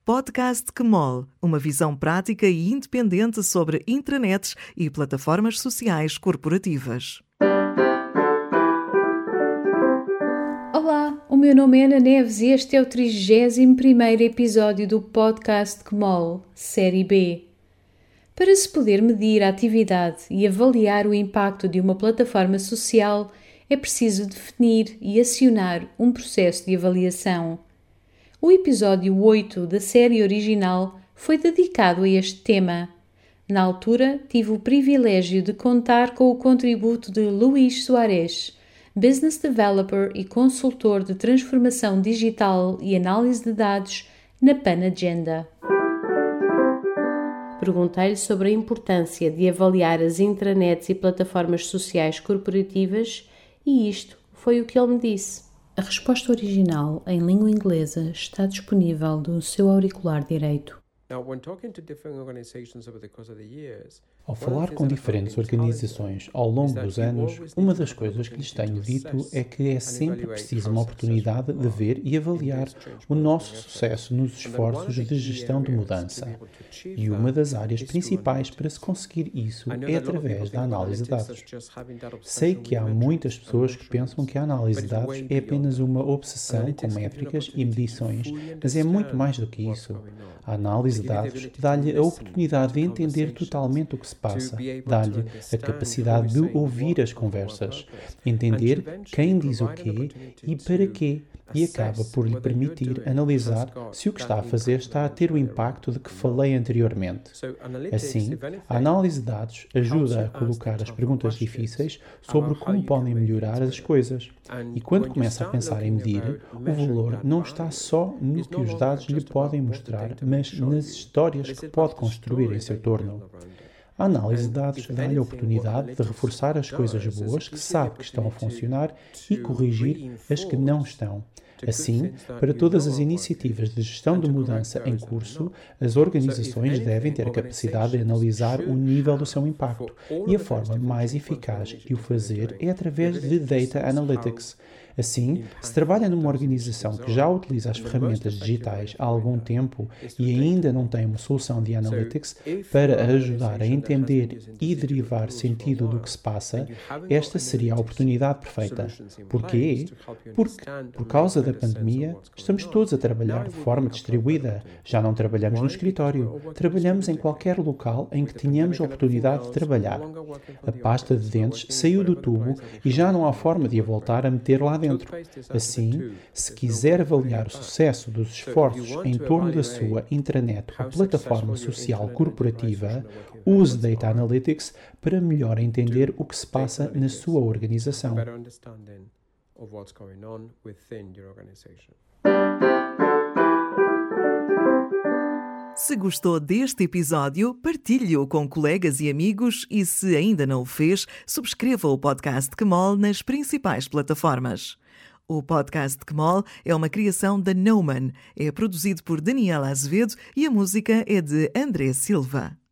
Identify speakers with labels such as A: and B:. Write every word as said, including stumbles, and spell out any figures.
A: Podcast Que Mole, uma visão prática e independente sobre intranets e plataformas sociais corporativas.
B: Olá, o meu nome é Ana Neves e este é o trigésimo primeiro episódio do Podcast Que Mole, Série B. Para se poder medir a atividade e avaliar o impacto de uma plataforma social, é preciso definir e acionar um processo de avaliação. O episódio oito da série original foi dedicado a este tema. Na altura, tive o privilégio de contar com o contributo de Luís Soares, Business Developer e consultor de transformação digital e análise de dados na PanAgenda. Perguntei-lhe sobre a importância de avaliar as intranets e plataformas sociais corporativas e isto foi o que ele me disse. A resposta original em língua inglesa está disponível no seu auricular direito.
C: Ao falar com diferentes organizações ao longo dos anos, uma das coisas que lhes tenho dito é que é sempre preciso uma oportunidade de ver e avaliar o nosso sucesso nos esforços de gestão de mudança. E uma das áreas principais para se conseguir isso é através da análise de dados. Sei que há muitas pessoas que pensam que a análise de dados é apenas uma obsessão com métricas e medições, mas é muito mais do que isso. A análise de dados dá-lhe a oportunidade de entender totalmente o que se passa, dá-lhe a capacidade de ouvir as conversas, entender quem diz o quê e para quê, e acaba por lhe permitir analisar se o que está a fazer está a ter o impacto de que falei anteriormente. Assim, a análise de dados ajuda a colocar as perguntas difíceis sobre como podem melhorar as coisas. E quando começa a pensar em medir, o valor não está só no que os dados lhe podem mostrar, mas nas histórias que pode construir em seu torno. A análise de dados dá-lhe a oportunidade de reforçar as coisas boas que sabe que estão a funcionar e corrigir as que não estão. Assim, para todas as iniciativas de gestão de mudança em curso, as organizações devem ter a capacidade de analisar o nível do seu impacto, e a forma mais eficaz de o fazer é através de Data Analytics. Assim, se trabalha numa organização que já utiliza as ferramentas digitais há algum tempo e ainda não tem uma solução de Analytics para ajudar a entender e derivar sentido do que se passa, esta seria a oportunidade perfeita. Porquê? Porque, por causa da pandemia, estamos todos a trabalhar de forma distribuída. Já não trabalhamos no escritório, trabalhamos em qualquer local em que tenhamos a oportunidade de trabalhar. A pasta de dentes saiu do tubo e já não há forma de a voltar a meter lá dentro. Assim, se quiser avaliar o sucesso dos esforços em torno da sua intranet ou plataforma social corporativa, use Data Analytics para melhor entender o que se passa na sua organização.
A: Se gostou deste episódio, partilhe-o com colegas e amigos e, se ainda não o fez, subscreva o Podcast Que Mole nas principais plataformas. O Podcast Que Mole é uma criação da Neumann, é produzido por Daniela Azevedo e a música é de André Silva.